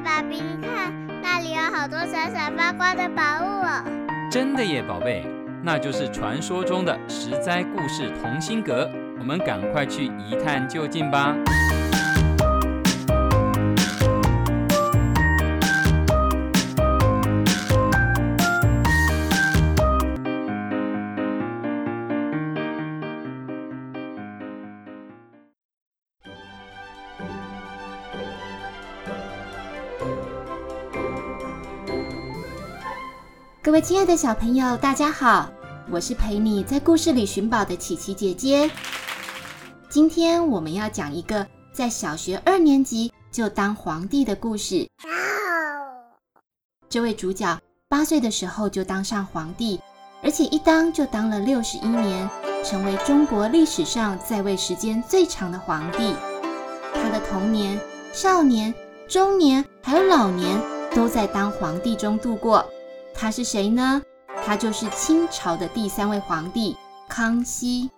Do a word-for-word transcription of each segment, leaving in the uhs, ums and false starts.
爸比，你看那里有好多闪闪发光的宝物哦。 真的耶，宝贝，那就是传说中的十灾故事同心阁，我们赶快去一探究竟吧。 各位亲爱的小朋友，大家好，我是陪你在故事里寻宝的琪琪姐姐。今天我们要讲一个在小学二年级就当皇帝的故事。这位主角八岁的时候就当上皇帝，而且一当就当了六十一年，成为中国历史上在位时间最长的皇帝。他的童年、少年、中年还有老年都在当皇帝中度过。他是谁呢？他就是清朝的第三位皇帝康熙。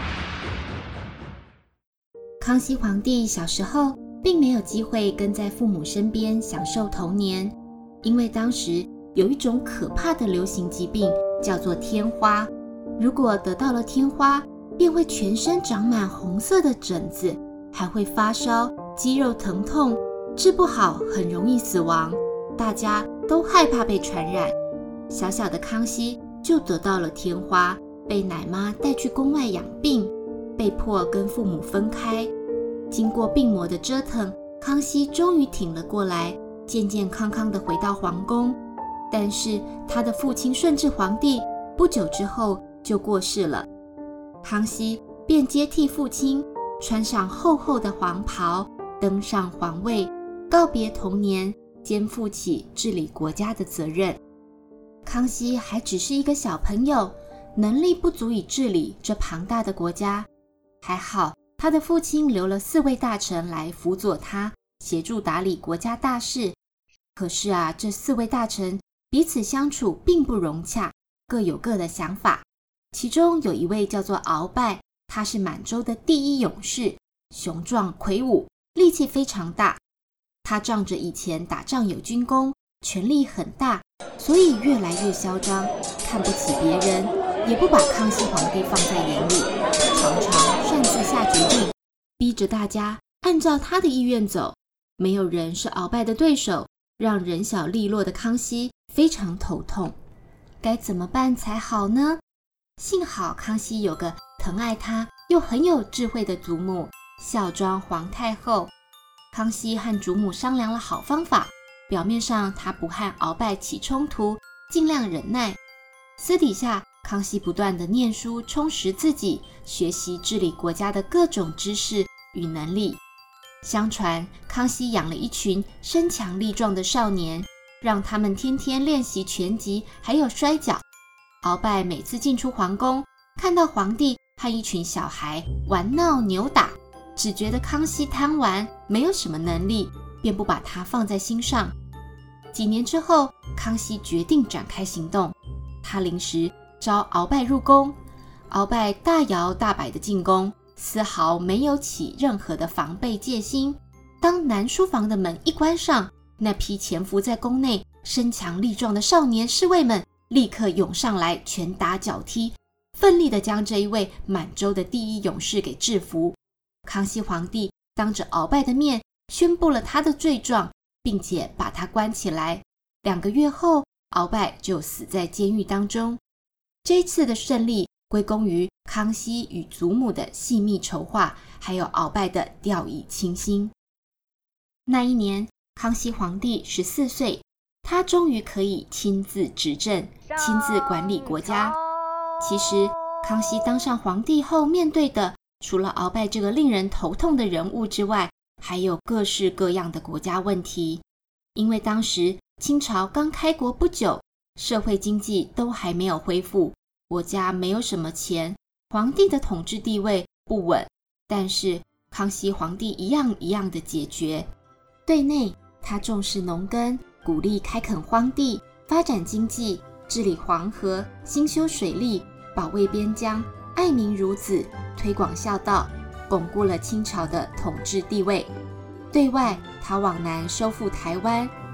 康熙皇帝小时候并没有机会跟在父母身边享受童年，因为当时有一种可怕的流行疾病叫做天花，如果得到了天花，便会全身长满红色的疹子，还会发烧、肌肉疼痛，治不好很容易死亡，大家都害怕被传染。小小的康熙就得到了天花，被奶妈带去宫外养病，被迫跟父母分开。经过病魔的折腾，康熙终于挺了过来，健健康康地回到皇宫。但是他的父亲顺治皇帝不久之后就过世了，康熙便接替父亲，穿上厚厚的黄袍，登上皇位，告别童年，肩负起治理国家的责任。康熙还只是一个小朋友，能力不足以治理这庞大的国家。还好他的父亲留了四位大臣来辅佐他，协助打理国家大事。可是啊，这四位大臣彼此相处并不融洽，各有各的想法。其中有一位叫做鳌拜，他是满洲的第一勇士，雄壮魁梧，力气非常大。他仗着以前打仗有军功，权力很大，所以越来越嚣张，看不起别人，也不把康熙皇帝放在眼里，常常擅自下决定，逼着大家按照他的意愿走。没有人是鳌拜的对手，让人小利落的康熙非常头痛。该怎么办才好呢？幸好康熙有个疼爱他又很有智慧的祖母，孝庄皇太后。康熙和祖母商量了好方法，表面上他不和鳌拜起冲突，尽量忍耐。私底下，康熙不断地念书，充实自己，学习治理国家的各种知识与能力。相传，康熙养了一群身强力壮的少年，让他们天天练习拳击还有摔跤。鳌拜每次进出皇宫，看到皇帝和一群小孩玩闹扭打，只觉得康熙贪玩，没有什么能力，便不把他放在心上。几年之后，康熙决定展开行动，他临时召鳌拜入宫。鳌拜大摇大摆的进宫，丝毫没有起任何的防备戒心。当南书房的门一关上，那批潜伏在宫内身强力壮的少年侍卫们立刻涌上来，拳打脚踢，奋力地将这一位满洲的第一勇士给制服。康熙皇帝当着鳌拜的面宣布了他的罪状，并且把他关起来。两个月后，鳌拜就死在监狱当中。这一次的胜利归功于康熙与祖母的细密筹划，还有鳌拜的掉以轻心。那一年，康熙皇帝十四岁，他终于可以亲自执政，亲自管理国家。其实，康熙当上皇帝后面对的，除了鳌拜这个令人头痛的人物之外，还有各式各样的国家问题。因为当时清朝刚开国不久，社会经济都还没有恢复，国家没有什么钱，皇帝的统治地位不稳。但是康熙皇帝一样一样的解决。对内，他重视农耕，鼓励开垦荒地，发展经济，治理黄河，兴修水利，保卫边疆，爱民如子，推广孝道，巩固了清朝的统治地位。对外，他往南收复台湾，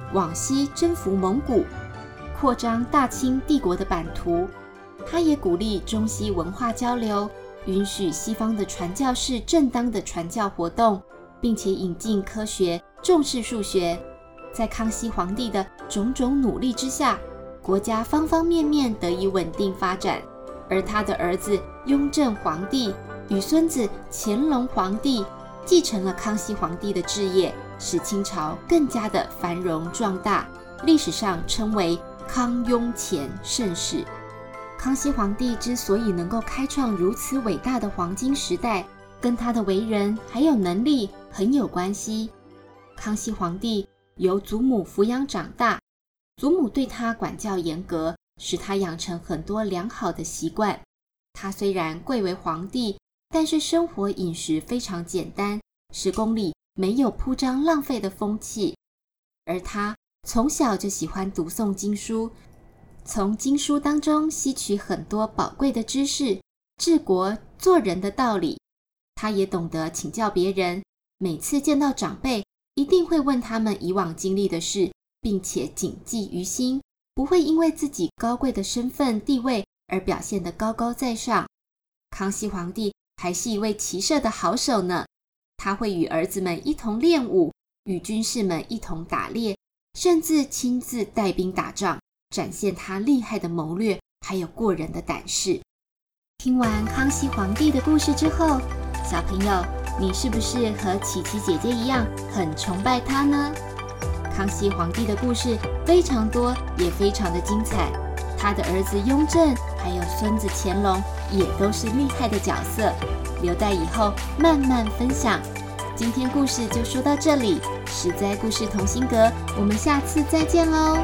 往西征服蒙古，扩张大清帝国的版图。他也鼓励中西文化交流，允许西方的传教士正当的传教活动，并且引进科学，重视数学。在康熙皇帝的种种努力之下，国家方方面面得以稳定发展。而他的儿子雍正皇帝与孙子乾隆皇帝继承了康熙皇帝的志业，使清朝更加的繁荣壮大，历史上称为康雍乾盛世。康熙皇帝之所以能够开创如此伟大的黄金时代，跟他的为人还有能力很有关系。康熙皇帝由祖母抚养长大，祖母对他管教严格，使他养成很多良好的习惯。他虽然贵为皇帝，但是生活饮食非常简单，十宫里没有铺张浪费的风气。而他从小就喜欢读诵经书，从经书当中吸取很多宝贵的知识，治国做人的道理。他也懂得请教别人，每次见到长辈一定会问他们以往经历的事，并且谨记于心，不会因为自己高贵的身份地位而表现得高高在上。康熙皇帝还是一位骑射的好手呢，他会与儿子们一同练武，与军士们一同打猎，甚至亲自带兵打仗，展现他厉害的谋略还有过人的胆识。听完康熙皇帝的故事之后，小朋友，你是不是和琪琪姐姐一样很崇拜他呢？康熙皇帝的故事非常多，也非常的精彩。他的儿子雍正还有孙子乾隆也都是厉害的角色，留待以后慢慢分享。今天故事就说到这里，实在故事同心阁，我们下次再见喽。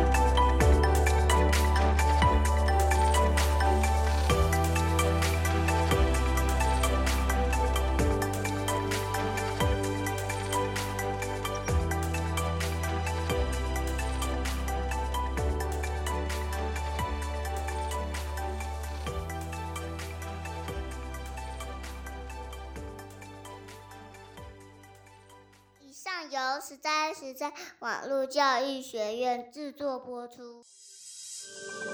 以上由实在实在网络教育学院制作播出。